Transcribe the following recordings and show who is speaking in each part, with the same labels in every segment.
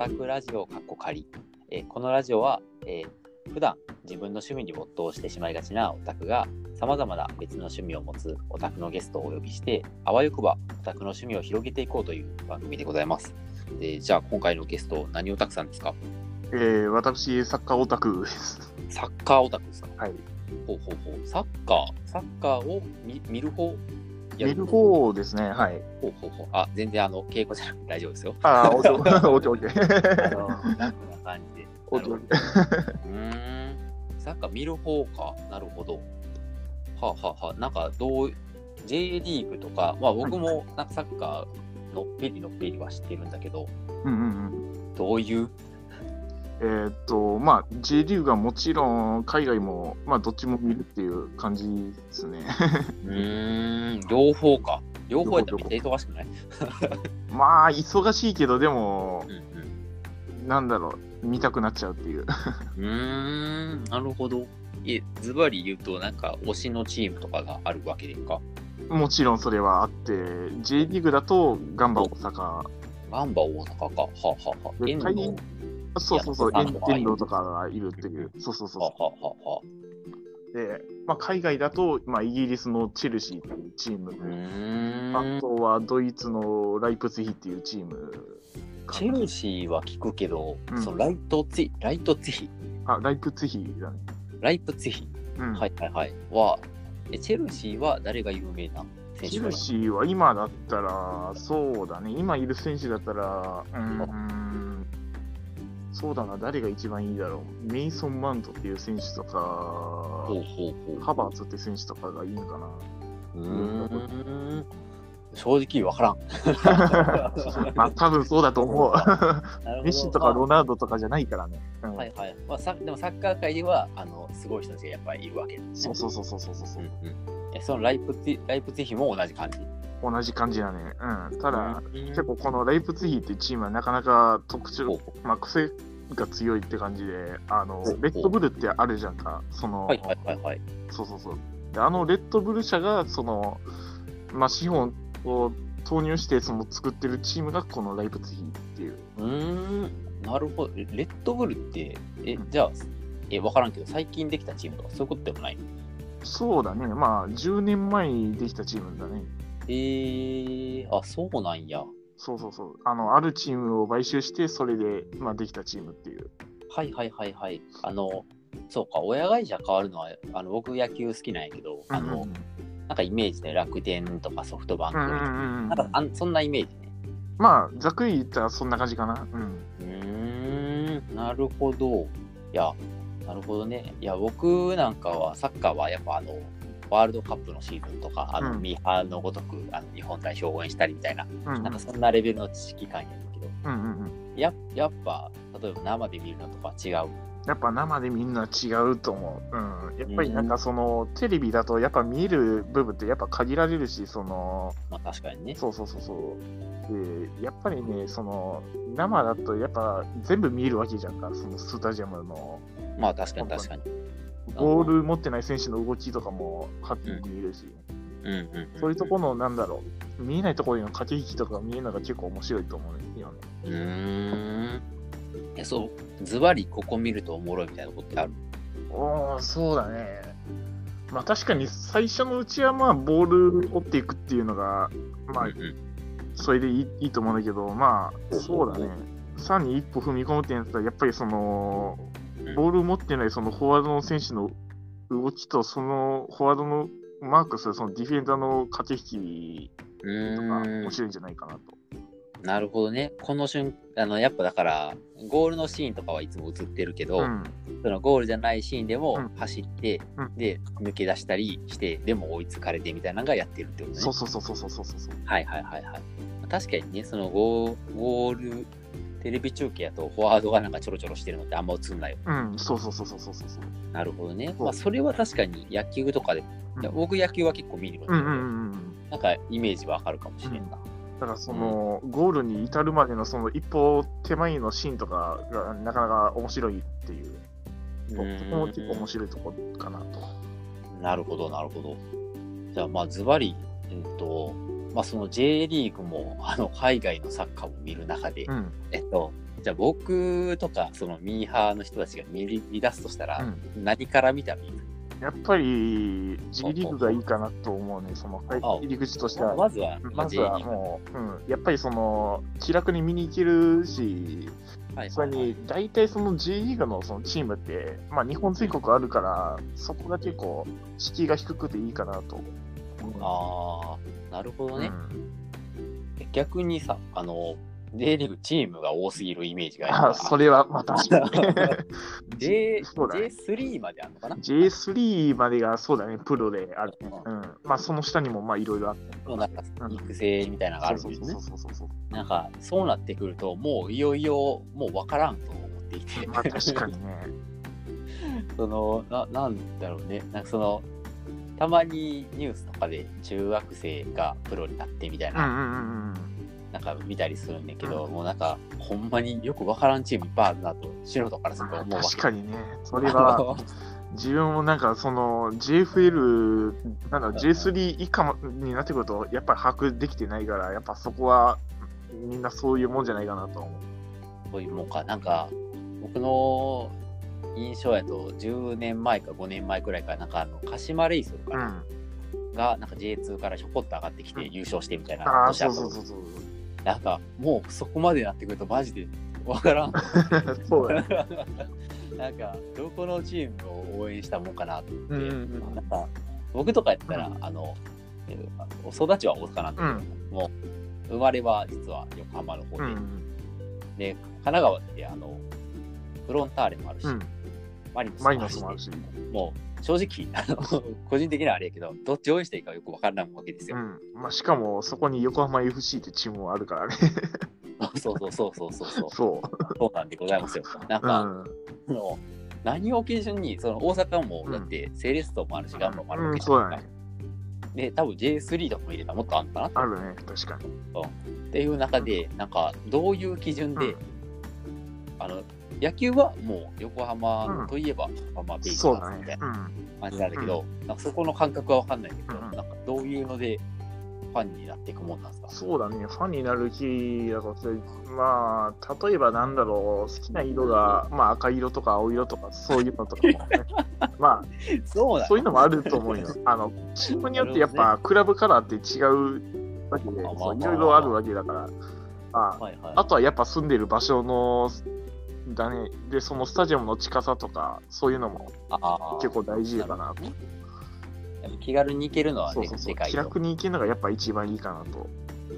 Speaker 1: タクラジオかっこ仮。このラジオは、普段自分の趣味に没頭してしまいがちなオタクがさまざまな別の趣味を持つオタクのゲストをお呼びしてあわよくばオタクの趣味を広げていこうという番組でございます。じゃあ今回のゲスト何オタクさんですか？
Speaker 2: 私サッカーオタクです。
Speaker 1: サッカーオタクですか？
Speaker 2: はい。
Speaker 1: ほう。サッカーを見る方？
Speaker 2: 見る方ですね。はい。
Speaker 1: ほう。あ、全然稽古じゃなくて大丈夫ですよ。
Speaker 2: オッケー。
Speaker 1: 楽な感じで。
Speaker 2: オッケー。
Speaker 1: サッカー見る方か。なるほど。なんかJ リーグとか、まあ僕もなんかサッカーのっぺりは知ってるんだけど、どういう？
Speaker 2: まあ J リーグはもちろん海外もまあどっちも見るっていう感じですね。
Speaker 1: 両方か。両方やったらめっちゃ忙しくない？
Speaker 2: まあ忙しいけどでも、なんだろう、見たくなっちゃうっていう。
Speaker 1: なるほど。ズバリ言うとなんか推しのチームとかがあるわけですか？
Speaker 2: もちろんそれはあって、J リーグだとガンバ大阪。
Speaker 1: ガンバ大阪か。遠藤。
Speaker 2: そう、遠藤とかがいるっていう。そう。で、まあ、海外だと、まあ、イギリスのチェルシーっていうチーム。あとはドイツのライプツィヒっていうチーム。
Speaker 1: チェルシーは聞くけど、そのライプツィヒ。
Speaker 2: あ、ライプツィヒだね。
Speaker 1: ライプツィヒ。はい。は、チェルシーは誰が有名な選手？
Speaker 2: チェルシーは今だったら、そうだね。今いる選手だったら、そうだな、誰が一番いいだろう。メイソン・マウントっていう選手とか、ハバーツって選手とかがいいのかな。
Speaker 1: 正直わから
Speaker 2: ん。まあ多分そうだと思う。メッシとかロナウドとかじゃないからね。
Speaker 1: はい。まあ、でもサッカー界ではすごい人たちがやっぱりいるわけです
Speaker 2: ね。そう。
Speaker 1: そのライプツィヒも同じ感じ？
Speaker 2: 同じ感じだね。ただ、結構このライプツィヒっていうチームはなかなか特徴、まあ癖が強いって感じで、レッドブルってあるじゃんか。はい。そう。で、レッドブル社が、まあ資本を投入して作ってるチームがこのライプツィヒっていう。
Speaker 1: なるほど。レッドブルって、じゃあ、わからんけど、最近できたチームとかそういうことでもない？
Speaker 2: そうだね。まあ、10年前にできたチームだね。
Speaker 1: そうなんや。
Speaker 2: そう。あるチームを買収して、それで、まあ、できたチームっていう。
Speaker 1: はい。そうか、親会社変わるのは、僕野球好きなんやけど、なんかイメージで楽天とかソフトバンク、なんかそんなイメージね。
Speaker 2: まあ、ざっくり言ったらそんな感じかな。
Speaker 1: なるほど。なるほどね。僕なんかはサッカーはやっぱワールドカップのシーズンとか、ミーハーのごとく日本代表を応援したりみたいな、なんかそんなレベルの知識感やねんけど、やっぱ例えば生で見るのとか違う？
Speaker 2: やっぱ生で見るのは違うと思う。やっぱりなんかテレビだとやっぱ見える部分ってやっぱ限られるし、
Speaker 1: まあ確かにね。
Speaker 2: そう。で、やっぱりね、生だとやっぱ全部見えるわけじゃんか、スタジアムの。
Speaker 1: まあ確かに。
Speaker 2: ボール持ってない選手の動きとかもはっきり見えるし、そういうところのなんだろう、見えないところの駆け引きとか見えるのが結構面白いと思うよ
Speaker 1: ね。そう、ズバリここ見るとおもろいみたいなことってある？
Speaker 2: そうだね。まあ確かに最初のうちはまあボール追っていくっていうのがまあ、それでいいと思うんだけど、まあそうだね。さらに一歩踏み込むってやつはやっぱりボールを持ってないフォワードの選手の動きとフォワードのマークするディフェンダーの駆け引きとか面白いんじゃないかなと。
Speaker 1: なるほどね。このやっぱだからゴールのシーンとかはいつも映ってるけど、そのゴールじゃないシーンでも走って、で抜け出したりしてでも追いつかれてみたいなのがやってるってことね。
Speaker 2: そう。
Speaker 1: はい。確かにね、そのゴールテレビ中継やとフォワードがなんかちょろちょろしてるのってあんま映んないよ。
Speaker 2: そう。
Speaker 1: なるほどね。まあそれは確かに野球とかで、僕野球は結構見るので、なんかイメージわかるかもしれんな。
Speaker 2: だからゴールに至るまでの一歩手前のシーンとかがなかなか面白いっていう、そこも結構面白いところかなと。
Speaker 1: なるほど。じゃあまあズバリ、まあその J リーグも海外のサッカーを見る中で、 じゃあ僕とかそのミーハーの人たちが見出すとしたら、
Speaker 2: うん
Speaker 1: 何から見たらいい？
Speaker 2: やっぱり G リーグがいいかなと思うね、その入り口としては。
Speaker 1: まずは、
Speaker 2: まずはもう、やっぱりその気楽に見に行けるし、それに大体その G リーグのそのチームって、まあ、日本全国あるから、そこが結構敷居が低くていいかなと
Speaker 1: 思う。なるほどね。逆にさ、J リーグチームが多すぎるイメージがある。
Speaker 2: それはまた
Speaker 1: J3 まであるのかな？
Speaker 2: J3 までがそうだね、プロである。まあその下にもまあいろいろあって。
Speaker 1: なんか育成みたいなのがあるんですね。なんかそうなってくると、もういよいよもう分からんと思っていて。
Speaker 2: まあ確かにね。
Speaker 1: なんだろうね。なんかたまにニュースとかで中学生がプロになってみたいな。なんか見たりするんだけど、もうなんかほんまによくわからんチームいっぱいあるなと素人からすると思うわけ。
Speaker 2: 確かにね、それは自分もなんかその JFL なんだ J3 以下になってくるとやっぱり把握できてないから、やっぱそこはみんなそういうもんじゃないかなと思う。
Speaker 1: そういうもんか。なんか僕の印象やと10年前か5年前くらいからなんか鹿島レイソルかな、がなんか J2 からひょこっと上がってきて優勝してみたいな年あった。なんかもうそこまでなってくるとマジでわからん。
Speaker 2: そうだね。
Speaker 1: なんかどこのチームを応援したもんかなと思って、なんか僕とかやったら、育ちは大阪なんだけど、もう生まれは実は横浜の方で、で神奈川ってフロンターレもあるし、マリノスもあるし、もう正直個人的にはあれやけど、どっち応援していいかよく分からないわけですよ。
Speaker 2: まあ、しかもそこに横浜 FC ってチームもあるからね。
Speaker 1: そうなんでございますよ。なんか、何を基準に大阪もだってセレッソもあるしガンバもあるわけじゃないですか。で多分 J3 とかも入れたらもっとあるのかな。
Speaker 2: あるね、確かに。
Speaker 1: っていう中でなんかどういう基準で、野球はもう横浜といえば横浜ベイスターズみたいな感じなんだけど、なんかそこの感覚は分かんないけど、なんかどういうのでファンになっていくもんなんですか？
Speaker 2: そうだね、ファンになる気だから、まあ例えばなんだろう、好きな色が、まあ、赤色とか青色とかそういうのとかもねまあそういうのもあると思うよ。チームによってやっぱクラブカラーって違うわけで、いろいろあるわけだから、あとはやっぱ住んでる場所のだね。で、そのスタジアムの近さとか、そういうのも結構大事かなと。
Speaker 1: 気軽に行けるのはね、
Speaker 2: でかい。気楽に行けるのがやっぱ一番いいかなと。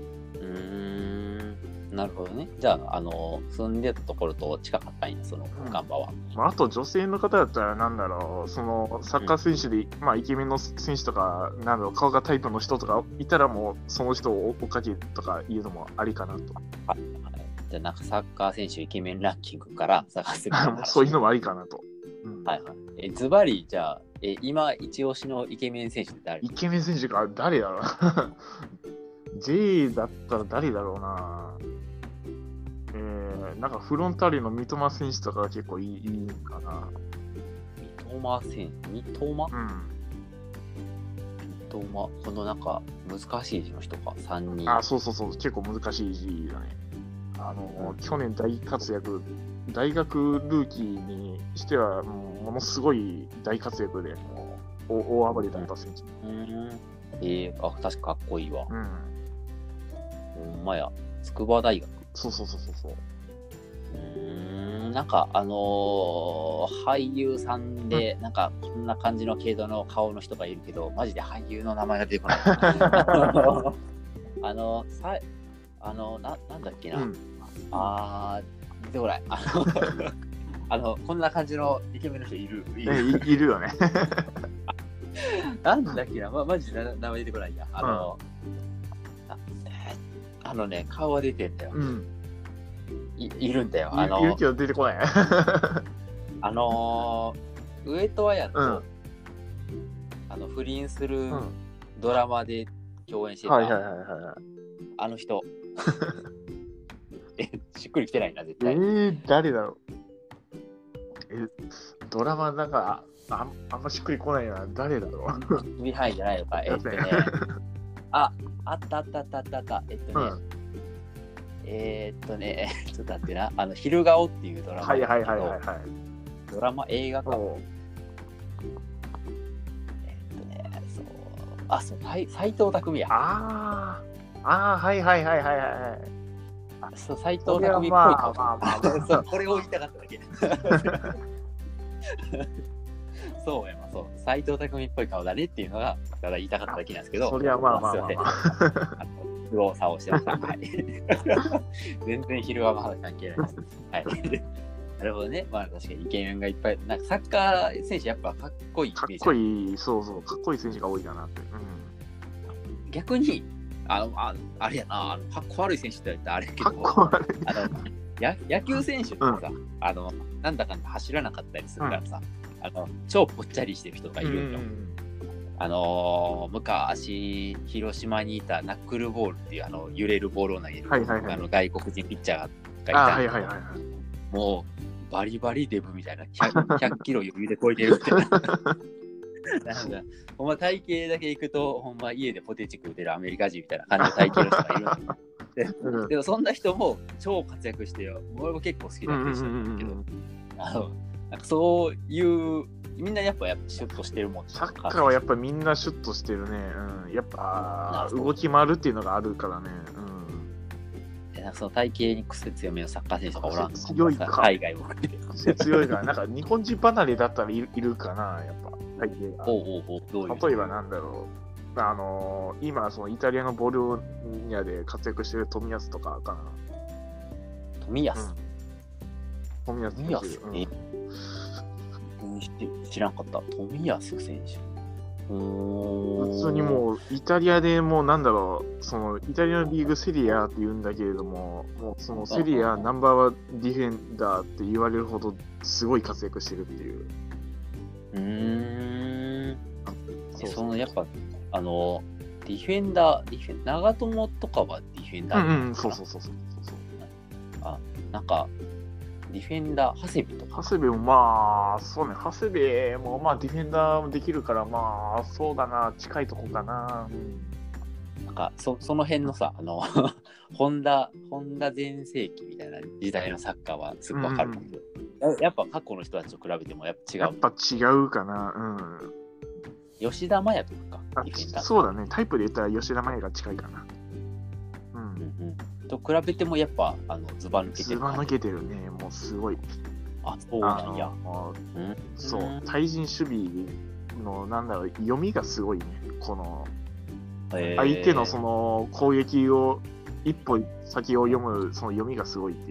Speaker 1: なるほどね。じゃあ、住んでたところと近かったんや、そのガンバは。
Speaker 2: あと女性の方だったら、なんだろう、そのサッカー選手で、まあイケメンの選手とか、なんだろう、顔がタイプの人とかいたら、もうその人を追っかけとかいうのもありかなと。
Speaker 1: じゃあなんかサッカー選手イケメンランキングから探す
Speaker 2: そういうのもありかなと。
Speaker 1: ズバリじゃあ今一押しのイケメン選手って誰？
Speaker 2: イケメン選手か誰だろうJ だったら誰だろうな。なんかフロンターレの三笘選手とかが結構いいかな。
Speaker 1: 三笘？このなんか難しい字の人か、3人。
Speaker 2: そう結構難しい字だね。去年大活躍、大学ルーキーにしてはものすごい大活躍で、大暴れだった選手。
Speaker 1: 確かかっこいいわ。ほんまや、筑波大学。
Speaker 2: そう。
Speaker 1: なんか俳優さんで、なんかこんな感じの系統の顔の人がいるけど、マジで俳優の名前が出てこない。なんだっけな。出てこない。こんな感じのイケメンの人いる
Speaker 2: よね。
Speaker 1: なんだっけな、マジで名前出てこないや。顔は出てんだよ。いるんだよ。
Speaker 2: いるけど出てこない。
Speaker 1: 上戸彩と、不倫するドラマで共演してた、あの人。しっくりきてないな、絶対。
Speaker 2: 誰だろう。ドラマなんかあんましっくりこないな。誰だろう。
Speaker 1: ビハイじゃないのか。あった。 ちょっと待ってな、昼顔っていうドラマ
Speaker 2: はいはい
Speaker 1: だけど、
Speaker 2: はいはいはい。
Speaker 1: ドラマ、映画か。
Speaker 2: おう
Speaker 1: そう、斎藤工や。
Speaker 2: ああ、はいはいはいはいはい。
Speaker 1: そう、斎藤工っぽい顔。
Speaker 2: まあまあまあ
Speaker 1: そうこれを言いたかっただけ。そうや、そう、斎藤工っぽい顔だねっていうのが、ただ言いたかっただけなんですけど、
Speaker 2: そりゃまあまあまあまあ。
Speaker 1: 不動作をしてました。はい。全然昼はまだ関係ないです。はい。なるほどね。まあ確かにイケメンがいっぱい。なんかサッカー選手やっぱかっこいいイメ
Speaker 2: か
Speaker 1: ージ。
Speaker 2: っこいい、そうそう、かっこいい選手が多いかなって。
Speaker 1: 逆に、あれやな、かっこ悪い選手って言ったらあれやけど、
Speaker 2: かっこ悪い。
Speaker 1: 野球選手ってさ、なんだかんだ走らなかったりするからさ、超ぽっちゃりしてる人がいるよ。昔、広島にいたナックルボールっていう揺れるボールを投げる、外国人ピッチャーがいた。もうバリバリデブみたいな、100キロ余裕で超えてるみたいな。なんかほんま体型だけいくと、ほんま家でポテチ食うてるアメリカ人みたいな感じの体型の人がいるんで、でもそんな人も超活躍してよ、俺も結構好きな選手なんだけど、なんかそういうみんなやっぱシュッとしてるもん。
Speaker 2: サッカーはやっぱみんなシュッとしてるね。やっぱ動き回るっていうのがあるからね。
Speaker 1: なんかその体型に癖強めのサッカー選手がおらんの。
Speaker 2: 強いか。
Speaker 1: 海外も。
Speaker 2: 癖強いから、なんか日本人離れだったらいるかな、やっぱ体型が。例えばなんだろう。今そのイタリアのボロニアで活躍してる冨安とかかな。
Speaker 1: 冨安。知らんかった。冨安選手。
Speaker 2: 普通にもうイタリアでもうなんだろう、そのイタリアのリーグセリアって言うんだけれども、もうそのセリアナンバーワンディフェンダーって言われるほどすごい活躍してるっていう。
Speaker 1: そのやっぱディフェンダー、長友とかはディフェンダー。
Speaker 2: そう。
Speaker 1: なんかディフェンダー、長谷部とか。
Speaker 2: 長谷部もまあ、そうね、長谷部もまあディフェンダーもできるから、まあ、そうだな、近いとこかな。
Speaker 1: なんかその辺のさ、本田全盛期みたいな時代のサッカーはすぐ分かるけど、やっぱ過去の人たちと比べてもやっぱ違う。
Speaker 2: やっぱ違うかな。
Speaker 1: 吉田麻也とかディフェンダー。
Speaker 2: そうだね、タイプで言ったら吉田麻也が近いかな。
Speaker 1: と比べてもやっぱズバ抜けてる。
Speaker 2: ズバ抜けてるね、もうすごい。
Speaker 1: そうなんや。
Speaker 2: そう、対人守備のなんだろう、読みがすごいね。この相手のその攻撃を一歩先を読むその読みがすごいって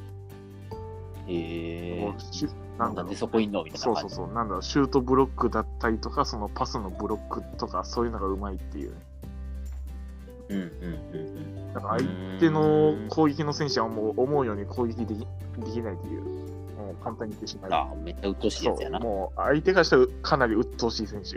Speaker 2: いう。
Speaker 1: なんでそこいんのみたいな。
Speaker 2: そう、なんだろう、シュートブロックだったりとか、そのパスのブロックとか、そういうのがうまいっていう。だから相手の攻撃の選手はもう思うように攻撃できないという、もう簡単に言ってしまう。
Speaker 1: めっちゃ鬱陶しいやつやな。
Speaker 2: もう相手がしたらかなり鬱陶しい選手。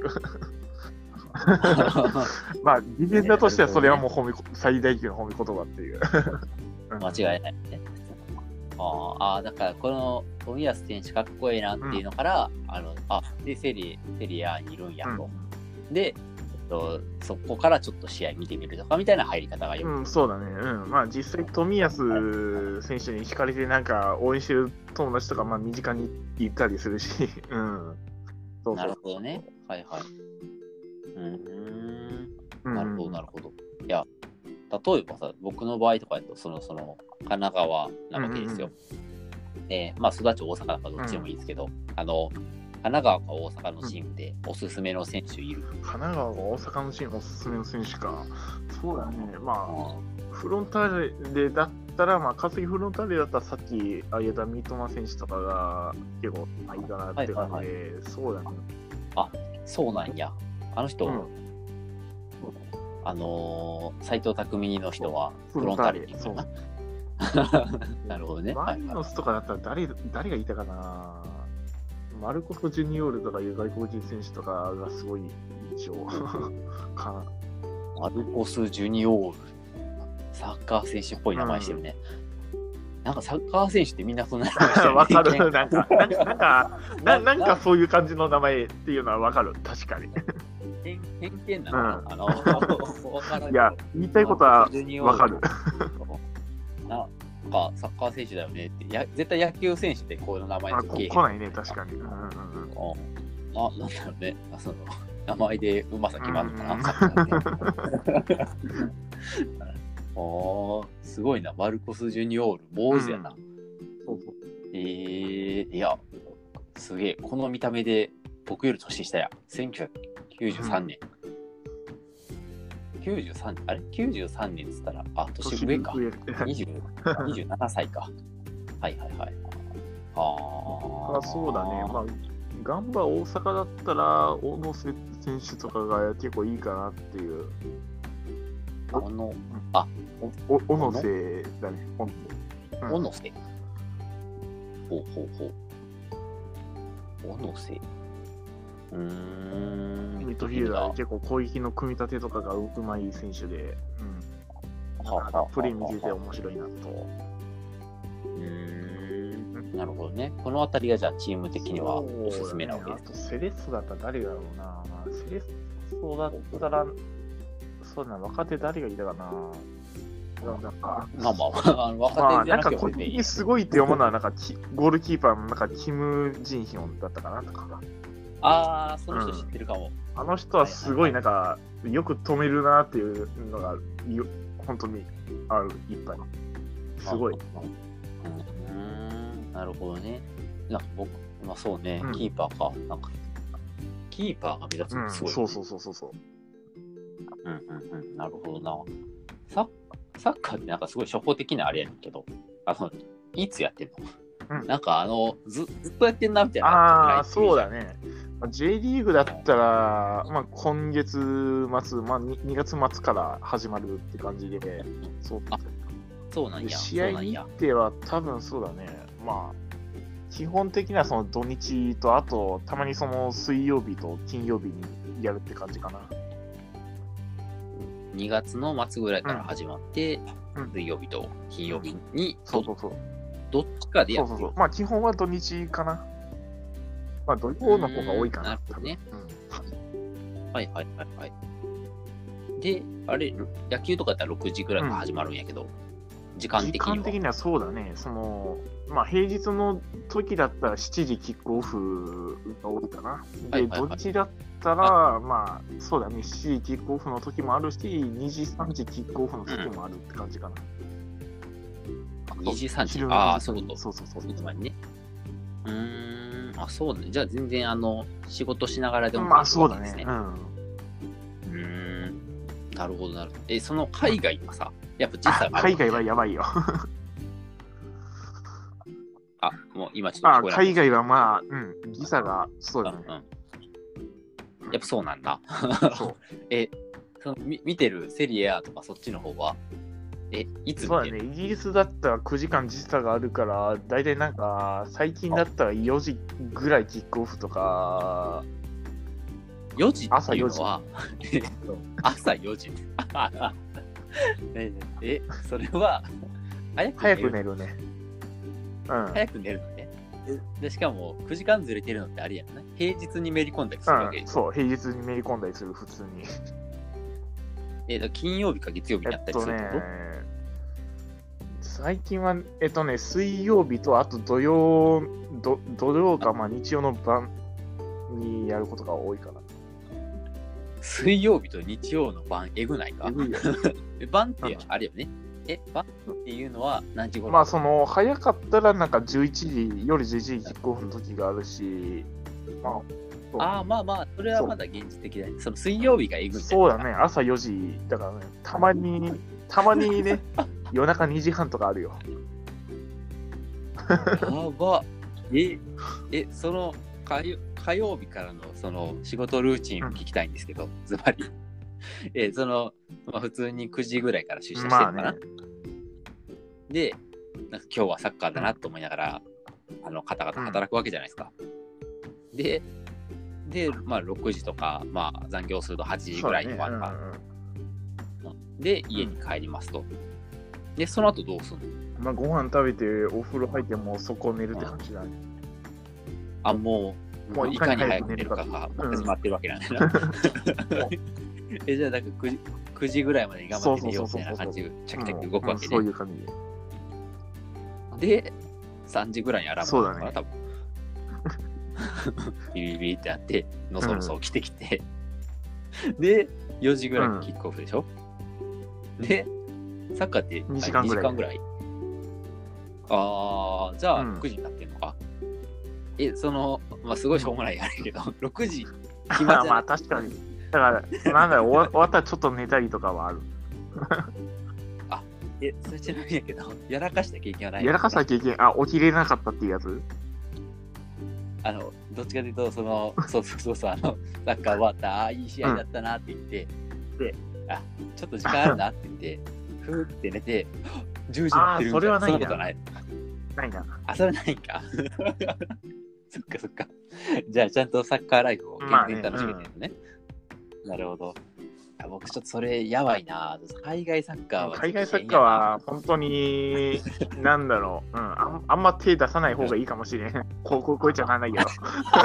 Speaker 2: まあ、ディフェンダーとしてはそれはもう最大級の褒め言葉っていう。
Speaker 1: 間違いないね。だからこの冨安選手かっこいいなっていうのから、でセリアにいるんやと。で、そこからちょっと試合見てみるとかみたいな入り方がよく、
Speaker 2: そうだね。まあ実際冨安選手に惹かれてなんか応援してる友達とかまあ身近にいたりするし、
Speaker 1: なるほどね。はいはい。なるほど。いや、例えばさ、僕の場合とかだとその神奈川なわけですよ。まあ育ち大阪なんかどっちでもいいですけど、神奈川か大阪のチームでおすすめの選手いる？
Speaker 2: 神奈川か大阪のチームおすすめの選手か。そうだね。まあ、フロンターレだったら、まあ、稼ぎフロンターレだったらさっき挙げた三笘選手とかが結構いいかなって感じで、そうだね。
Speaker 1: そうなんや。あの人、斎藤工の人はフロンターレっていうかな。なるほどね。
Speaker 2: マリノスとかだったら誰がいたかな。マルコス・ジュニオールとかいう外国人選手とかがすごい印象かな。
Speaker 1: マルコス・ジュニオール。サッカー選手っぽい名前してるね。なんかサッカー選手ってみんなそんな名前してるね。
Speaker 2: わかる。なんかそういう感じの名前っていうのはわかる。確かに。
Speaker 1: 偏見なの、
Speaker 2: いや、言いたいことはわかる。
Speaker 1: なんかサッカー選手だよねって、絶対野球選手ってこういう名前つけ
Speaker 2: 来ないね、確かに。
Speaker 1: なんだろうね、その名前でうまさ決まるのかな、サッカーね。すごいな、マルコス・ジュニオール、坊主やな。
Speaker 2: そうそう
Speaker 1: いや、すげえ、この見た目で僕より年下や。1993年。93年、あれ ?93 年っつったら、年上か。27歳か。はいはいはい。
Speaker 2: そうだね。まあ、ガンバ大阪だったら、小野瀬選手とかが結構いいかなっていう。小野瀬だね、本当。
Speaker 1: 小野瀬。ほう。小野瀬。
Speaker 2: ミッドフィールダー、結構攻撃の組み立てとかがうまい選手で、プレー見てて面白いなと。
Speaker 1: なるほどね。このあたりがじゃあチーム的にはおすすめなわけです。
Speaker 2: あとセレッソだったら誰だろうな。セレッソだったら、そうだな、若手誰がいたかな。
Speaker 1: 若手じゃなくて
Speaker 2: 個人的にすごいって思うのは、ゴールキーパーのキム・ジンヒョンだったかなとか。
Speaker 1: その人知ってるかも。
Speaker 2: あの人はすごいよく止めるなっていうのが本当にある、いっぱい。すごい。
Speaker 1: なるほどね。なんか僕、そうね、キーパーか。なんかキーパーが目立つのすごい。
Speaker 2: そう。
Speaker 1: なるほどな。サッカーってなんかすごい初歩的なあれやねんけど、いつやってんの？なんかずっとやってんなみたいな。
Speaker 2: そうだね。J リーグだったら、今月末、2月末から始まるって感じで、
Speaker 1: そうなんや。
Speaker 2: 試合日程は多分そうだね。基本的にはその土日と、あとたまにその水曜日と金曜日にやるって感じかな。
Speaker 1: 2月の末ぐらいから始まって、水曜日と金曜日に、どっちかでやってる。
Speaker 2: 基本は土日かな。土曜の方が多いかな。
Speaker 1: ね。はい。で、あれ、野球とかだったら6時ぐらいから始まるんやけど、時間的
Speaker 2: にはそうだね。平日の時だったら7時キックオフが多いかな。で、土日だったら、そうだね、7時キックオフの時もあるし、2時、3時キックオフの時もあるって感じかな。
Speaker 1: 2時、3時。そういうこと。そう。つまりね。そうだね。じゃあ全然仕事しながらでも
Speaker 2: そうだね。
Speaker 1: なるほど。その海外はさ、やっぱ時差がある。
Speaker 2: 海外はやばいよ。
Speaker 1: もう今ちょっと聞こえない。
Speaker 2: 海外は時差がそうだね。
Speaker 1: やっぱそうなんだ。見てるセリエ A とかそっちの方はいつ見てる？
Speaker 2: そうだね。イギリスだったら9時間時差があるから、だいたい最近だったら4時ぐらいキックオフとか。
Speaker 1: 4時っていうのは朝4時。それは
Speaker 2: 早く寝るね。
Speaker 1: 早く寝るのね。でしかも9時間ずれてるのってありやんね。平日にめり込んだりするわけです。
Speaker 2: そう、平日にめり込んだりする、普通に。
Speaker 1: 金曜日か月曜日になったりするってこと？
Speaker 2: 最近は、水曜日と、あと土曜か、日曜の晩にやることが多いかな。
Speaker 1: 水曜日と日曜の晩、えぐないか？晩ってあれよね。晩っていうのは何時頃？
Speaker 2: 早かったら夜11時キックオフの時があるし、
Speaker 1: それはまだ現実的だね。その水曜日がえぐい。
Speaker 2: そうだね、朝4時だからね、たまにね、夜中2時半とかあるよ。
Speaker 1: やば。その火曜日からのその仕事ルーチンを聞きたいんですけど、ズバリ。普通に9時ぐらいから出社してるのかな。で、なんか今日はサッカーだなと思いながら、方々働くわけじゃないですか。で、6時とか、残業すると8時ぐらいに終わった。で、家に帰りますと。で、その後どうする
Speaker 2: の？ご飯食べて、お風呂入って、もうそこ寝るって感じだね。
Speaker 1: もういかに早く寝るかが始まってるわけなんだな。じゃあ、9時ぐらいまで我慢して寝ようみたいな感じで、チャキチャキ動くわけで。
Speaker 2: そういう感じで。
Speaker 1: で、3時ぐらいにアラームが鳴るのかな、
Speaker 2: そう
Speaker 1: 多分。ビリビリってやって、のそのそ起きてきて、で、4時ぐらいにキックオフでしょ、で、サッカーって
Speaker 2: 2時間ぐらい。
Speaker 1: 2時間ぐらい。ああ、じゃあ
Speaker 2: うん
Speaker 1: 6時になってんのか。まあ、すごいしょうもないあれけど、6時決まっちゃ
Speaker 2: まあ確かに。だから、なんだろう、終わったらちょっと寝たりとかはある。
Speaker 1: それちなみにやけど、やらかした経験はない
Speaker 2: やらかした経験、起きれなかったっていうやつ。
Speaker 1: どっちかというと、そう、サッカー終わった、いい試合だったなって言って、で、ちょっと時間あるなって言って、ふーって寝て、10時になってるみたいな、そんなことない。
Speaker 2: ないな。
Speaker 1: それないんか。そっか。じゃあ、ちゃんとサッカーライフを全然楽しめてるのね。なるほど。僕ちょっとそれやばいな。海外サッカー
Speaker 2: は本当に、なんだろう、あんま手出さない方がいいかもしれん。こいつはなんないけど。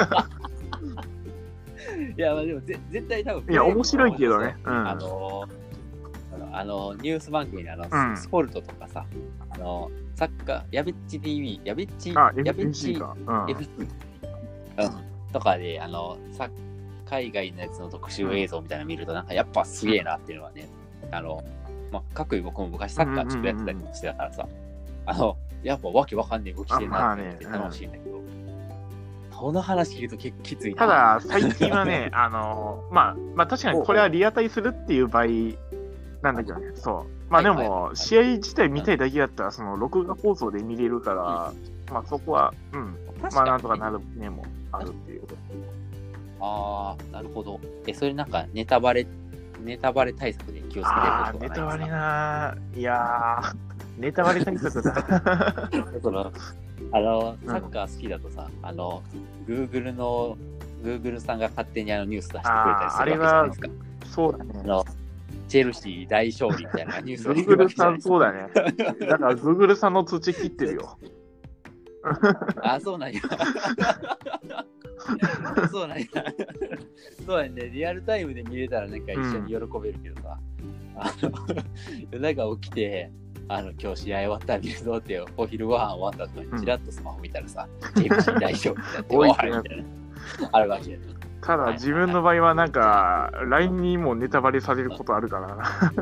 Speaker 1: いや、まあでも絶対多分。
Speaker 2: いや、面白いけどね。
Speaker 1: ニュース番組にスポルトとかさ、サッカー、やべっち TV、やべっち
Speaker 2: FC か。
Speaker 1: FC とかで、海外のやつの特集映像みたいなの見ると、なんかやっぱすげえなっていうのはね、各位僕も昔サッカーちょっとやってたりしてたからさ、やっぱわけわかんねえ動きしてるなって思って楽しいんだけど、この話聞くと結構きついな。
Speaker 2: ただ、最近はね、まあ確かにこれはリアタイするっていう場合なんだけどね、そう。まあでも、試合自体見たいだけだったら、録画放送で見れるから、まあそこは、まあなんとかなる面もあるっていう。
Speaker 1: なるほど。それなんかネタバレ対策で気をつけてることとかないですか？
Speaker 2: ネタバレいやー、ネタバレ対策だ。
Speaker 1: サッカー好きだとさ、Google さんが勝手にニュース出してくれたりするわけじゃないですか。
Speaker 2: そうだね。
Speaker 1: チェルシー大勝利みたいなニュースを
Speaker 2: 言ってるわけじゃないですか。そうだね。だから Google さんの通知切ってるよ。
Speaker 1: そうなんや。そうなんや。そうやね。リアルタイムで見れたらなんか一緒に喜べるけどさ、夜中起きて、今日試合終わったら見るぞって、お昼ご飯終わった後にチラッとスマホ見たらさ、チェルシー大勝利だって終わるみたいな。あるわけやね。
Speaker 2: ただ自分の場合はなんか LINE にもネタバレされることあるからな。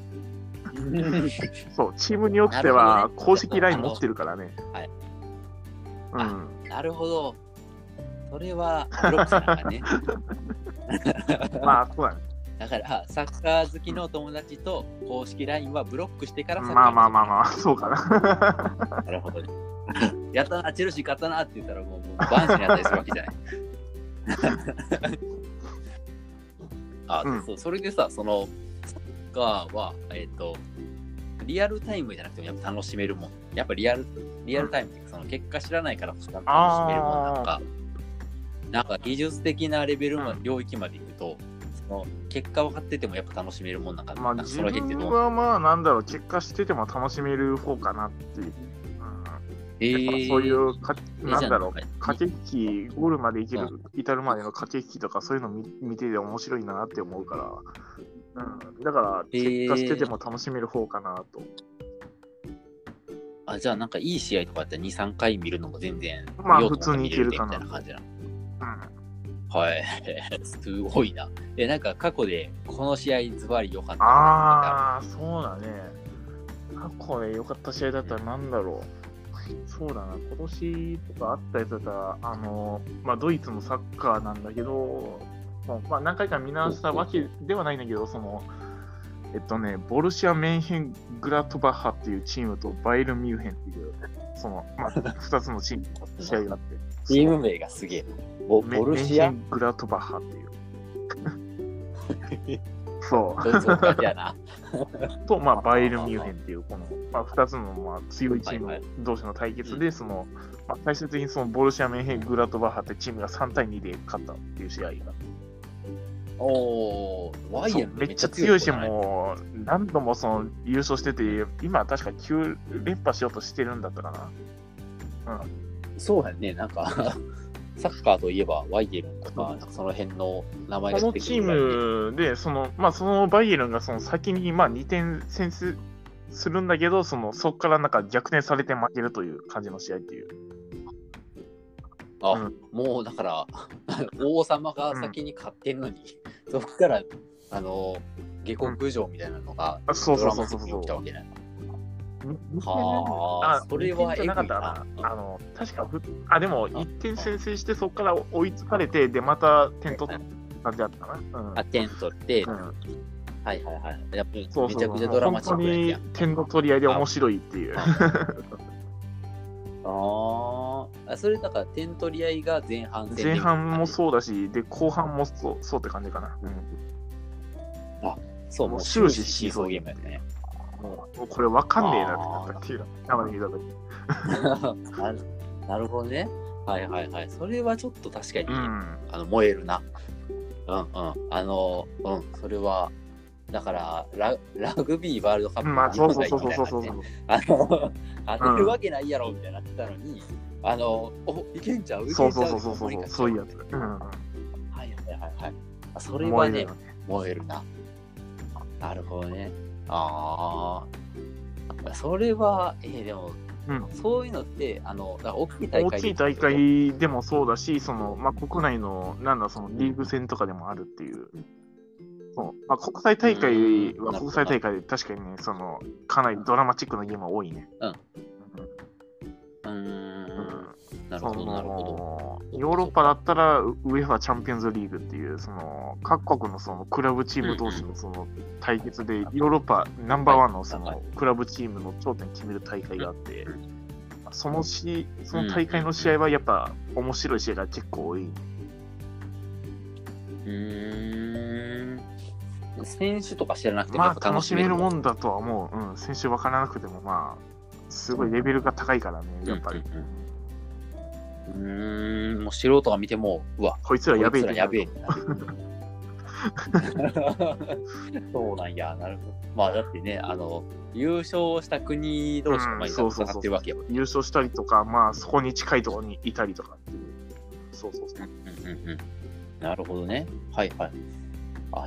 Speaker 2: そう、チームによっては公式 LINE 持ってるからね。
Speaker 1: なるほど。それはブロックさんかね。
Speaker 2: まあそうだね。
Speaker 1: だからサッカー好きの友達と公式 LINE はブロックしてからサッ
Speaker 2: カーまあそうか
Speaker 1: な。なるほどね。やったな、チェルシー勝ったなって言ったらもうバンスにあったりするわけじゃない。そう、それでさ、サッカーはリアルタイムじゃなくてもやっぱ楽しめるもん。やっぱリアルタイムっていうか、結果知らないから楽しめるもんなんか。なんか技術的なレベルの領域までいくと、結果分かっててもやっぱ楽しめるもんなんかな。
Speaker 2: まあ自分はまあなんだろう、結果してても楽しめる方かなっていう。そういうなんだろう、駆け引き、ゴールまで至るまでの駆け引きとかそういうの見てて面白いなって思うから、だから結果してても楽しめる方かなと。
Speaker 1: じゃあなんかいい試合とかだったら2、3回見るのも全然
Speaker 2: まあ普通にいけるかな。
Speaker 1: みたいな感じなの。はい、すごいな。なんか過去でこの試合ズバリ良かった
Speaker 2: そうだね。過去で良かった試合だったらなんだろう。そうだな、今年とかあったやつだったら、まあ、ドイツのサッカーなんだけど、まあ、何回か見直したわけではないんだけど、ボルシア・メンヘングラトバッハっていうチームとバイエルン・ミュンヘンっていう、まあ、2つのチームの試合があって。
Speaker 1: チーム名がすげえ。ボルシア・
Speaker 2: メンヘングラトバッハっていう。そう。
Speaker 1: ドイツの感じやな。
Speaker 2: と、まあ、バイエルン・ミュンヘンっていう、まあ、2つのまあ強いチーム同士の対決で、まあ、最終的にボルシア・メンヘングラトバッハってチームが3対2で勝ったっていう試合が。
Speaker 1: バイエルン
Speaker 2: めっちゃ強いし、もう何度も優勝してて、今は確か9連覇しようとしてるんだったかな。
Speaker 1: そうやね、なんかサッカーといえばバイエルンとか、その辺の名前が出てくるぐらい、ね。
Speaker 2: このチームで、まあ、そのバイエルンが先にまあ2点先制するんだけど、そこからなんか逆転されて負けるという感じの試合っていう。
Speaker 1: もうだから王様が先に勝ってんのに、そこから下克上みたいなのがドラマ的に起きたわけない。それは
Speaker 2: なかったかな。確かでも1点先制してそこから追いつかれて、でまた点取った感じだったかな。
Speaker 1: 点取って、はいはいはい。やっぱりめちゃくちゃドラマチックなやつや。
Speaker 2: 本当に点の取り合いで面白いっていう。
Speaker 1: それだから点取り合いが前半戦。
Speaker 2: 前半もそうだし、で後半もそうって感じかな。
Speaker 1: そう、もう終始シーソーゲームやね。
Speaker 2: もうこれ分かんねえなってなったっていう生で見た時。
Speaker 1: なるほどね。はいはいはい。それはちょっと確かに、燃えるな。それはだからラグビーワールドカップの日本代表みたいな感じで当てるわけないやろみたいになってたのに、いけんちゃう
Speaker 2: そういうやつ。はい
Speaker 1: はいはいはい。それはね、燃えるな。なるほどね。それはでも、そういうのって大きい大
Speaker 2: 会でもそうだし、国内のそのリーグ戦とかでもあるっていう。国際大会は国際大会で確かにね、かなりドラマチックなゲームは多いね。
Speaker 1: なるほどなるほ
Speaker 2: ど。ヨーロッパだったらウェファチャンピオンズリーグっていう各国のクラブチーム同士の対決で、ヨーロッパナンバーワンのクラブチームの頂点決める大会があって、その大会の試合はやっぱ面白い試合が結構多い。
Speaker 1: 選手とか知らなくて
Speaker 2: も楽しめるもんだとは思う。選手分からなくてもすごいレベルが高いからね、やっぱり。
Speaker 1: もう素人が見ても、うわ、
Speaker 2: こいつらやべえ
Speaker 1: そうなんや、なるほど。だってね、優勝した国同士が戦ってるわけや。
Speaker 2: 優勝したりとか、そこに近いところにいたりとかっていう。そう。
Speaker 1: なるほどね。はいはい。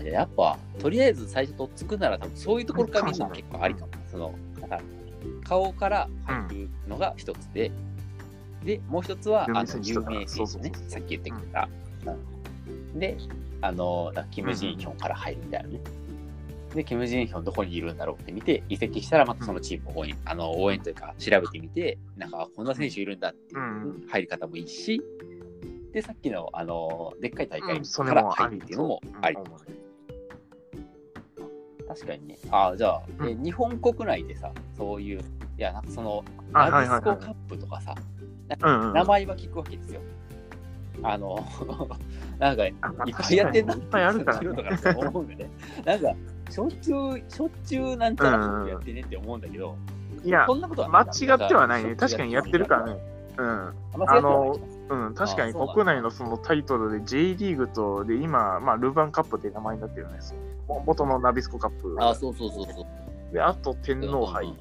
Speaker 1: やっぱ、とりあえず最初とっつくなら、多分そういうところから見るのは結構ありかも。顔から入るのが一つで、もう一つは有名選手ね、さっき言ってくれた。で、キム・ジンヒョンから入るみたいなね。で、キム・ジンヒョンどこにいるんだろうって見て、移籍したらまたそのチームを応援というか調べてみて、こんな選手いるんだっていう入り方もいいし、で、さっきのでっかい大会から入るっていうのもあり。確かにね。じゃあ、日本国内でさ、そういう、ナビスコカップとかさ、名前は聞くわけですよ。なんか、いっぱいやってんなって思うんでね。しょっちゅうなんちゃらやってねって思うんだけど、
Speaker 2: そんなことは間違ってはないね。確かにやってるからね。確かに国内のタイトルで J リーグと、で、今、ルヴァンカップって名前になってるね。元のナビスコカップ。
Speaker 1: そう。
Speaker 2: で、あと天皇杯。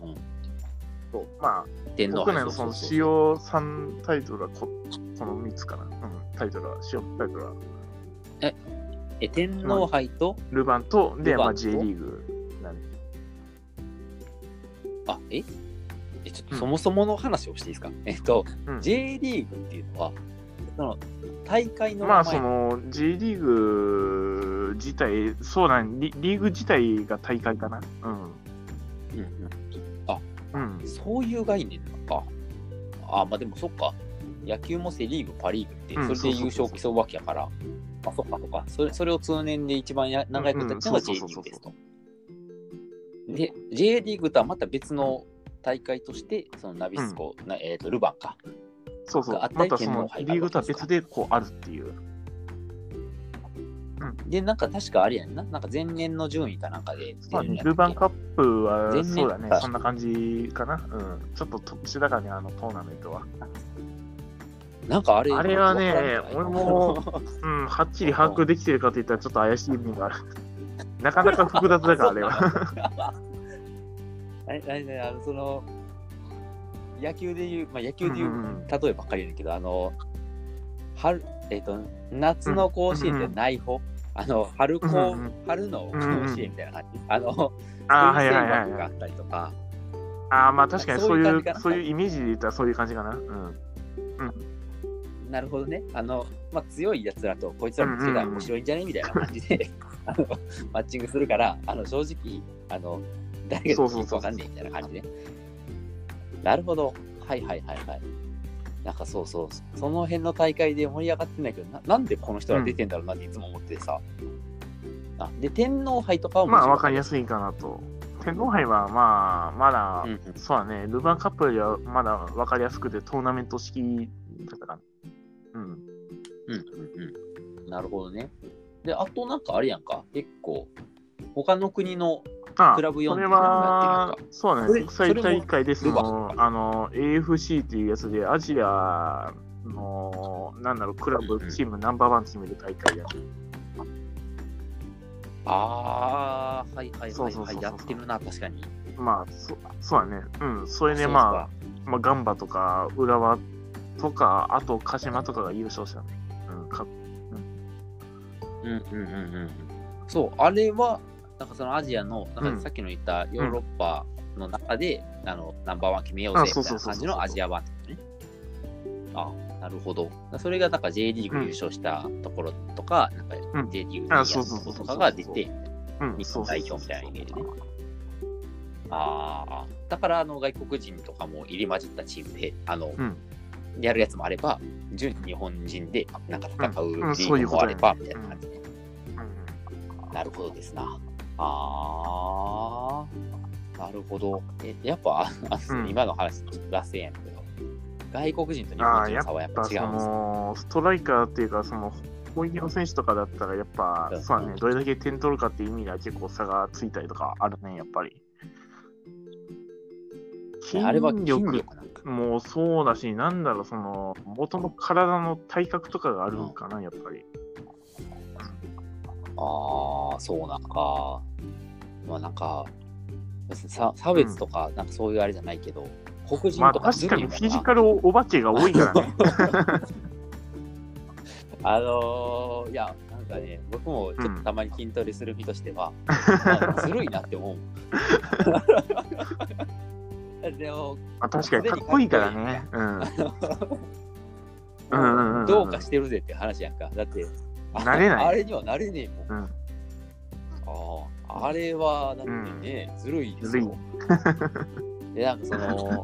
Speaker 2: 国内の主要3タイトルはこの3つかな。タイトルは、主要タイトルは。
Speaker 1: 天皇杯と
Speaker 2: ルヴァンと、で、J リーグなん
Speaker 1: で。ちょっとそもそもの話をしていいですか。J リーグっていうのは、大会の名前。
Speaker 2: J リーグ自体、そうなんリーグ自体が大会かな。
Speaker 1: そういう概念なのか。でもそっか。野球もセリーグ、パリーグって、それで優勝を競うわけやから、そっか。それを通年で一番長いことやったのが J リーグですと。で、J リーグとはまた別の大会として、ナビスコ、ルヴァンか。
Speaker 2: そう。またリーグとは別であるっていう。
Speaker 1: で、確かあれやんな。前年の順位かなんかで。
Speaker 2: ルヴァンカップは、そうだね。そんな感じかな。ちょっと特殊だからね、トーナメントは。あれはね、俺も、はっきり把握できてるかといったらちょっと怪しい意味がある。なかなか複雑だから、あれは。
Speaker 1: 野球でいう、例えばっかり言うんだけど、夏の甲子園でない方、春の甲子園みたいな感じ。スペイン生枠があったりとか、
Speaker 2: ああ、まあ確かにそういう、
Speaker 1: そういう感じかな。
Speaker 2: そういうイメージで言ったらそういう感じかな。
Speaker 1: なるほどね。まあ、強いやつらとこいつらの強が面白いんじゃねみたいな感じでマッチングするから、正直、誰が強いか分かんねえみたいな感じで。なるほど。はいはいはいはい。なんかそうそう、その辺の大会で盛り上がってないけど、なんでこの人ら出てんだろうなっていつも思ってさ。で、天皇杯とかは
Speaker 2: まあ分かりやすいかなと。天皇杯はまあ、まだ、そうだね、ルヴァンカップよりはまだ分かりやすくてトーナメント式だから。
Speaker 1: なるほどね。で、あとなんかあれやんか、結構、他の国のクラブ4
Speaker 2: それは、そうね、国際大会ですの、AFC っていうやつで、アジアの、クラブチームナンバーワン決める大会やる。
Speaker 1: はいはいはい、やってるな、確かに。
Speaker 2: まあ、そうだね。それでまあ、ガンバとか、浦和とか、あと鹿島とかが優勝したね。
Speaker 1: そう、あれは、なんかそのアジアの、なんかさっきの言ったヨーロッパの中で、ナンバーワン決めようぜみたいな感じのアジア版ですね。なるほど。それがなんか J リーグ優勝したところとか、なんか J リーグのところとかが出て、日本代表みたいなイメージね。だから外国人とかも入り混じったチームで、やるやつもあれば、純日本人でなんか戦うリーグもあれば、みたいな感じで。なるほどですな。なるほど。やっぱ、今の話と脱線やけど、外国人と日本人の差はやっぱ違うんですか？
Speaker 2: ストライカーっていうか、攻撃の選手とかだったら、やっぱ、そうだね、どれだけ点取るかっていう意味では結構差がついたりとかあるね、やっぱり。
Speaker 1: あれは筋力なんか
Speaker 2: もうそうだし、元の体の体格とかがあるのかな、やっぱり。
Speaker 1: そうなんか。まあなんか、差別とか、なんかそういうあれじゃないけど、黒人とか
Speaker 2: 確かにフィジカルお化けが多いからね。
Speaker 1: いや、なんかね、僕もちょっとたまに筋トレする身としては、ずるいなって思う。でも、
Speaker 2: 確かにかっこいいからね。
Speaker 1: どうかしてるぜって話やんか。だって、
Speaker 2: なれない。
Speaker 1: あれにはなれねえもん。あれは、だってね、ずるいですよ。で、なんか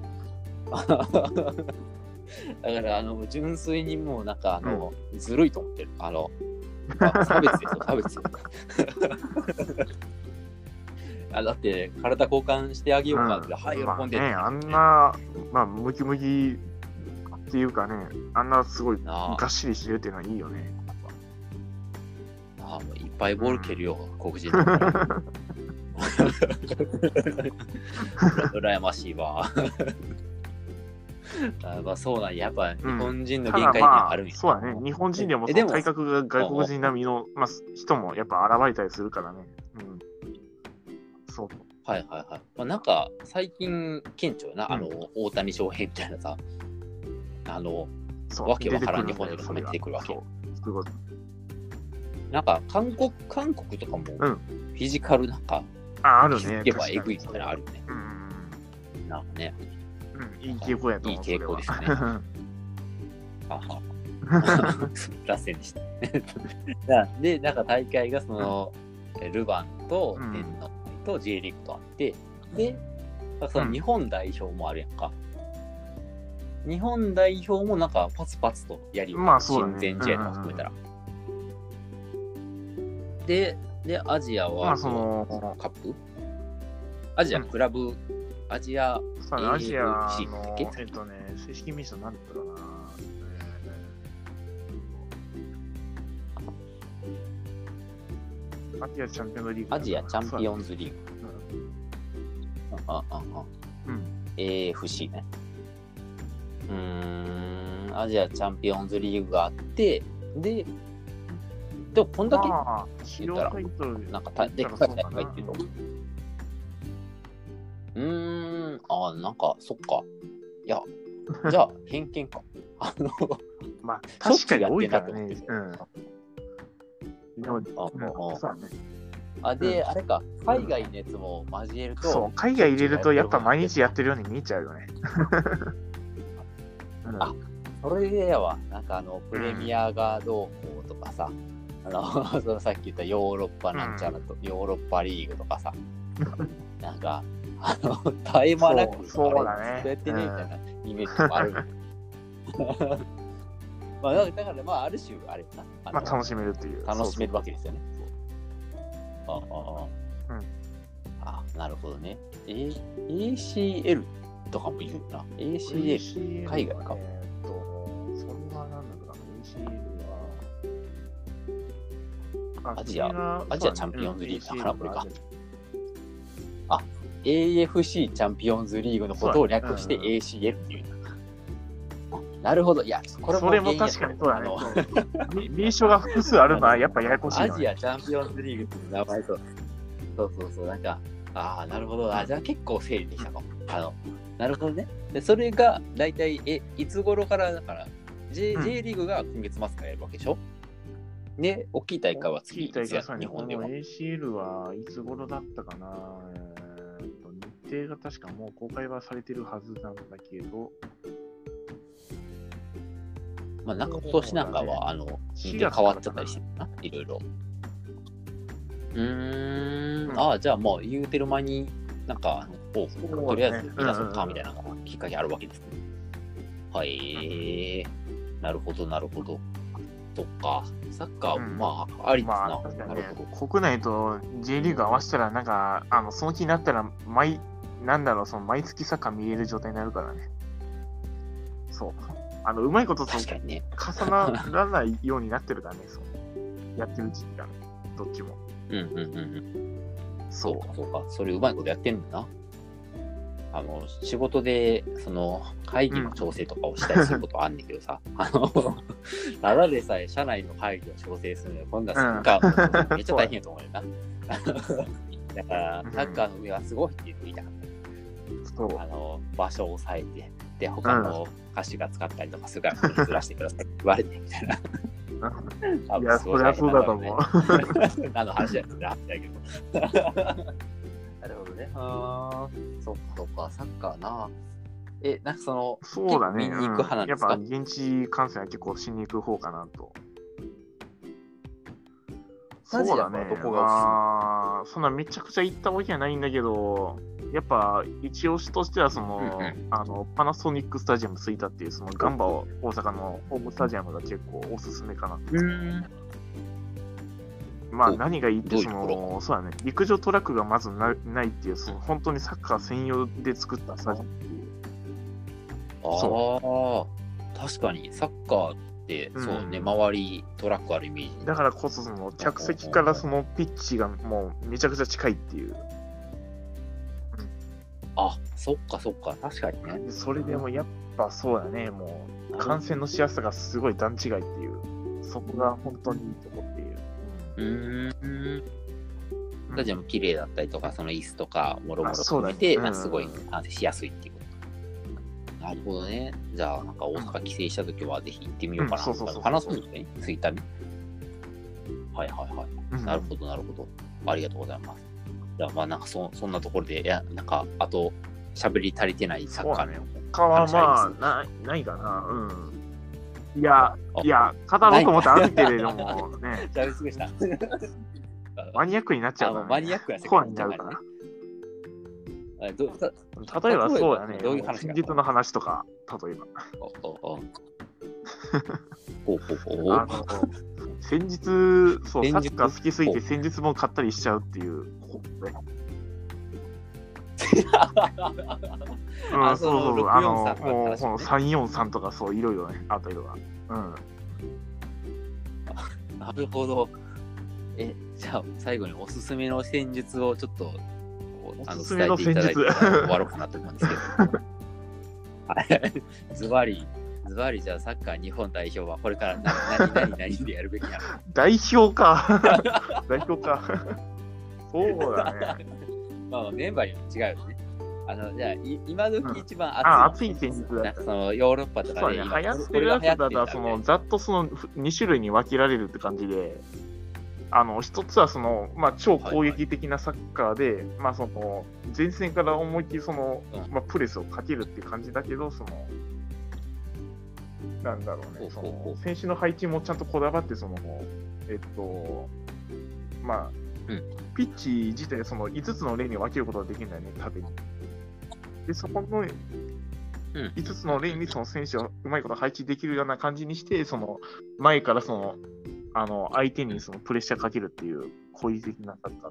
Speaker 1: だから純粋にもうなんかずるいと思ってる。差別ですよ、差別。だって体交換してあげようかって、はい喜んでる。
Speaker 2: あんなムキムキっていうかね、あんなすごいがっしりしてるっていうのはいいよね。
Speaker 1: もういっぱいボール蹴るよ、黒人。羨ましいわ。そうなんや、やっぱ日本人の限界点あるんや。
Speaker 2: そうだね、日本人でも体格が外国人並みの人もやっぱ現れたりするからね。そう。
Speaker 1: はいはいはい。なんか最近顕著よな、大谷翔平みたいなさ、わけわからん日本人のために出てくるわけ。なんか韓国とかもフィジカルなんか、
Speaker 2: あるね。
Speaker 1: 言えばエグいみたいなのあるよね。なんかね。
Speaker 2: いい傾向やと思う。
Speaker 1: いい傾向ですね。脱線でした。で、なんか大会がルヴァンと天皇と J リーグとあって、で、日本代表もあるやんか。日本代表もなんかパツパツとやりよう。親善試合とか含めたら。で、アジアはカップ？アジアクラブ、アジア AFC だっけ？
Speaker 2: 正式名称なんだったかな。アジアチャンピオンズリーグ。
Speaker 1: アジアチャンピオンズリーグ。AFC ね。アジアチャンピオンズリーグがあって、でもこんだけ言ったら、なんかでっかい大会っていうと。なんか、そっか。いや、じゃあ、偏見か。
Speaker 2: 確かに多いからね。
Speaker 1: で、あれか、海外のやつも交えると。
Speaker 2: そう、海外入れると、やっぱ毎日やってるように見えちゃうよね。
Speaker 1: それでやわ。なんかプレミアがどうこうとかさ、そのさっき言ったヨーロッパなんちゃらと、ヨーロッパリーグとかさ、なんか、絶え間なく、
Speaker 2: そうだね。
Speaker 1: そうやってね、みたいなイメージもある。まあ、だから、まあ、ある種、あれな。
Speaker 2: まあ、楽しめるっていう。
Speaker 1: 楽しめるわけですよね。なるほどね。ACL とかも言うな。ACL、海外か。
Speaker 2: そんななんだろうな。ACL は。
Speaker 1: アジアチャンピオンズリーグだから、これか。AFC チャンピオンズリーグのことを略して ACL っていう。なるほど。いや、これも
Speaker 2: それも確かにそうだね。名称が複数あるのはやっぱややこしい、ね。
Speaker 1: アジアチャンピオンズリーグっていう名前と。そう、なんか、なるほど。じゃあ結構整理できたかも。なるほどね。で、それが大体、いつ頃からだから、J リーグが今月末からやるわけでしょ。で、大きい大会は次ですよ、日本では。
Speaker 2: ACL はいつ頃だったかな。日程が確かもう公開はされてるはずなんだけど、
Speaker 1: まあなんか今年なんかは日程変わっちゃったりしてるな、いろいろ。じゃあもう言うてる間になんかとりあえず見出そうかみたいなきっかけあるわけですね。はい、なるほど。そっか、サッカーまあありですな。なるほど。
Speaker 2: 国内と J リーグ合わせたらなんかその気になったら毎月サッカー見れる状態になるからね。そう。うまいことと重ならないようになってるからね、そうやってる時期がね、どっちも。
Speaker 1: そうか。それうまいことやってるんだな。仕事で、会議の調整とかをしたりすることはあんねんけどさ、ただでさえ社内の会議を調整するのよ、今度はサッカーもめっちゃ大変やと思うよな。だから、サッカーの上はすごいって言いたかった。場所を抑えて、で、他の歌手が使ったりとかするからずらしてくださいって言われてみたいな。
Speaker 2: いや、そりゃそうだと思う。
Speaker 1: 何の話やったらけど。なるほどね。そっか、サッカーな。なんか
Speaker 2: そうだね。
Speaker 1: 見に行く派なんですか？
Speaker 2: やっぱ現地観戦は結構しに行く方かなと。そうだね。そんなめちゃくちゃ行ったわけじゃないんだけど、やっぱ一押しとしてはパナソニックスタジアム吹田っていうガンバ大阪のホームスタジアムが結構おすすめかな。まあ何がいいってそうだね。陸上トラックがまずないっていう本当にサッカー専用で作ったスタジアムっていう。
Speaker 1: 確かにサッカーってそうね、周りトラックあるイメージ。
Speaker 2: だからこそ客席からピッチがもうめちゃくちゃ近いっていう。
Speaker 1: そっか、確かにね。
Speaker 2: それでもやっぱそうだね、もう観戦のしやすさがすごい段違いっていう、そこが本当にいいとこっていう。
Speaker 1: スタジアム綺麗だったりとか、その椅子とかもろもろ含めて、すごい観戦しやすいっていうこと。なるほどね。じゃあ、なんか大阪帰省したときはぜひ行ってみようかな。パナソニックね、ツイッターに。はい。なるほど。ありがとうございます。じゃあ、まあなんかそんなところで、なんか、あと、喋り足りてないサッカーの
Speaker 2: 他はまあないかな。いや語ろうと思ってあるけれどもね。
Speaker 1: 喋りすぎした。
Speaker 2: マニアックになっちゃうから、
Speaker 1: マニアックな世
Speaker 2: 界になるから。例えばそうだね。
Speaker 1: どういう話？
Speaker 2: 先日の話とか、例えば。先日、サッカー好きすぎて戦術も買ったりしちゃうっていう。343とかいろいろね、あったりとか。
Speaker 1: なるほど。じゃあ最後におすすめの戦術をちょっと伝えていただいて終わろうかなと思うんですけど。ズバリじゃあサッカー日本代表はこれから何でやるべきなの？
Speaker 2: 代表か。そうだね。
Speaker 1: まあメンバーにも違うよね。じゃあ今時一番
Speaker 2: 熱い戦術だった。
Speaker 1: ヨーロッパとかで
Speaker 2: 流行ってるやつだったらざっと2種類に分けられるって感じで。 一つは超攻撃的なサッカーで、前線から思いっきりプレスをかけるっていう感じだけど、なんだろうね、選手の配置もちゃんとこだわって、ピッチ自体5つのレーンに分けることができるんだよね、縦に。で、そこの5つのレーンに選手をうまいこと配置できるような感じにして、前から相手にプレッシャーかけるっていう攻撃的なサッカ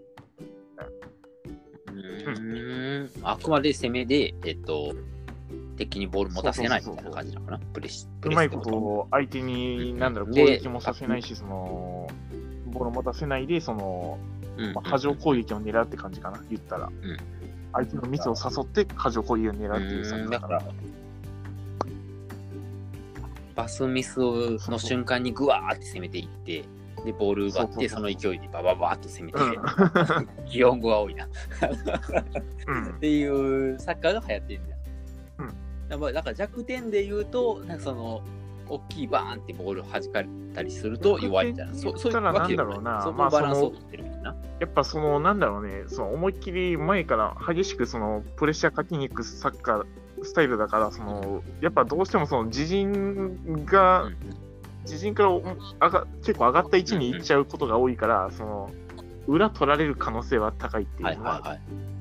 Speaker 1: ー。あくまで攻めで、敵にボール持たせないみたいな感じなのかな、プレス。
Speaker 2: うまいことを相手に、攻撃もさせないし、ボール持たせないで、波状攻撃を狙うって感じかな、言ったら。相手のミスを誘って波状攻撃を狙うっていうサッカーだから。
Speaker 1: パスミスの瞬間にグワーって攻めていって、でボール奪ってその勢いでバババーっと攻めて、擬音語が多いなっていうサッカーが流行ってるんだよ。だから弱点で言うと、なんか大きいバーンってボールを弾かれたりすると弱いみたいな。そういうわけでもない。そのバランスを取ってるみたいな。
Speaker 2: やっぱなんだろうね、思いっきり前から激しくプレッシャーかけに行くサッカースタイルだから、やっぱどうしても自陣から結構上がった位置に行っちゃうことが多いから、裏取られる可能性は高いっていうのは。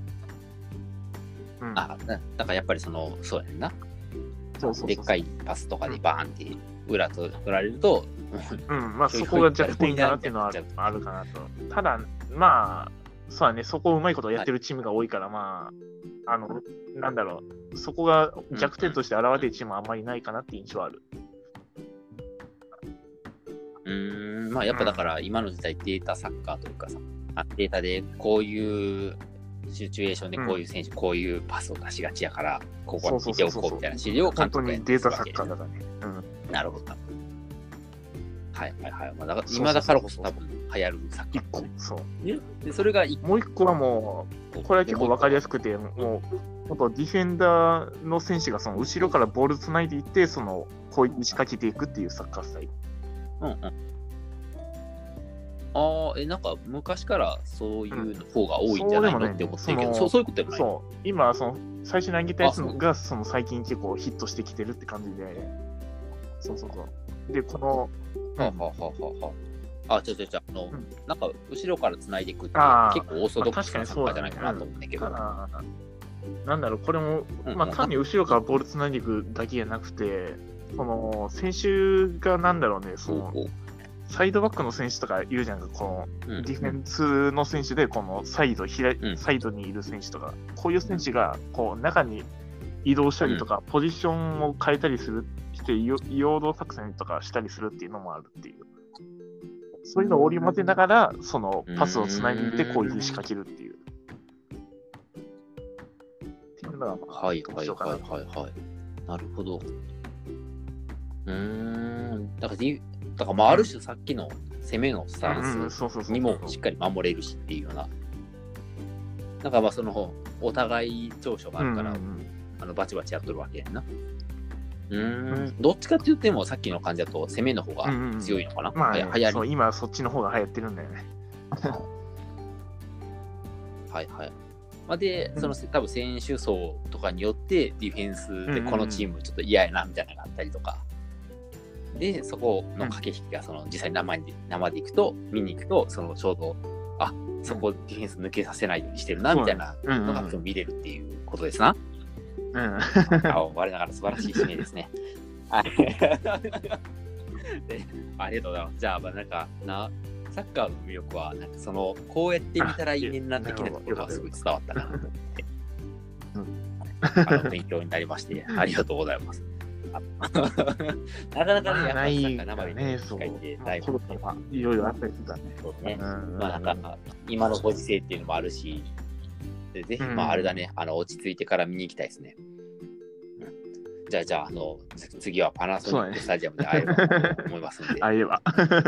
Speaker 1: だからやっぱりそうやんな。でっかいパスとかでバーンって裏取られると、
Speaker 2: そこが弱点かなっていうのはあるかなと。ただ、そうだね、そこをうまいことやってるチームが多いから、なんだろう、そこが弱点として現れてるチームはあんまりないかなって印象はある。
Speaker 1: やっぱだから今の時代データサッカーというかさ、データでこういうシチュエーションでこういう選手、こういうパスを出しがちやから、ここに見ておこうみたいな資料を
Speaker 2: 監督がやってるわけ。本当にデータサッカーだからね。
Speaker 1: なるほど。だから今だからこそ多分流行るサッカー。でそれが
Speaker 2: もう一個はこれは結構分かりやすくて、ディフェンダーの選手が後ろからボールつないでいって、攻撃に仕掛けていくっていうサッカースタイル。
Speaker 1: なんか昔からそういう方が多いんじゃないのって思ってるけど、そういうことでもない。
Speaker 2: 今最初に挙げたやつが最近結構ヒットしてきてるって感じで。で、この
Speaker 1: なんか後ろから繋いでいくって結構オーソドックスなサッカーじゃないかなと思うんだけど。
Speaker 2: なんだろう、これも、単に後ろからボール繋いでいくだけじゃなくて、選手がなんだろうね、サイドバックの選手とかいるじゃんか、ディフェンスの選手で、サイドにいる選手とか、こういう選手が中に移動したりとか、ポジションを変えたりして陽動作戦とかしたりするっていうのもあるっていう。そういうのを織り交ぜながら、パスをつないでいって攻撃仕掛けるっていう。っていうのが、
Speaker 1: なるほど。だからある種さっきの攻めのスタンスにもしっかり守れるしっていうような。なんかお互い長所があるから、バチバチやっとるわけやんな。どっちかって言ってもさっきの感じだと攻めの方が強いのかな。
Speaker 2: 今そっちの方が流行ってるんだよね。
Speaker 1: で、多分選手層とかによってディフェンスでこのチームちょっと嫌やなみたいなのがあったりとか。で、そこの駆け引きが実際生で行くと、見に行くと、ちょうど、そこディフェンス抜けさせないようにしてるなみたいなのが見れるっていうことですな。我ながら素晴らしい締めですね。ありがとうございます。じゃあ、サッカーの魅力は、こうやって見たらいいねんな的なところがすごい伝わったなと思って、勉強になりまして、ありがとうございます。なかなかね、やっぱり生でね、機会ってだいぶ
Speaker 2: いろいろあったりする
Speaker 1: からね。今のご時世っていうのもあるし、ぜひ、あれだね、落ち着いてから見に行きたいですね。じゃあ、次はパナソニックスタジアムで会えればと思いますので。
Speaker 2: 会えれば。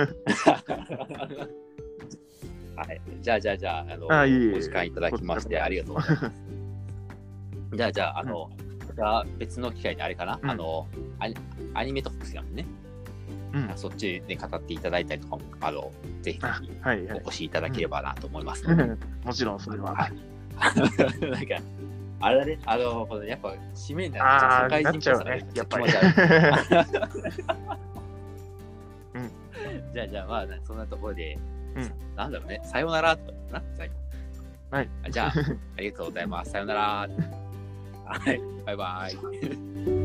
Speaker 1: じゃあ、お時間いただきましてありがとうございます。じゃあ、別の機会であれかな、アニメとか好きだもんね。 そっちで語っていただいたりとかも、ぜひぜひお越しいただければなと思いますので。
Speaker 2: もちろん、それは。
Speaker 1: なんか、あれだね、このやっぱ、締めになっちゃう、
Speaker 2: なっちゃうね、やっぱり。
Speaker 1: じゃあ、まあ、そんなところで、なんだろうね、さよならとかな、最後。
Speaker 2: はい。
Speaker 1: じゃあ、ありがとうございます。さよなら。はい、バイバイ。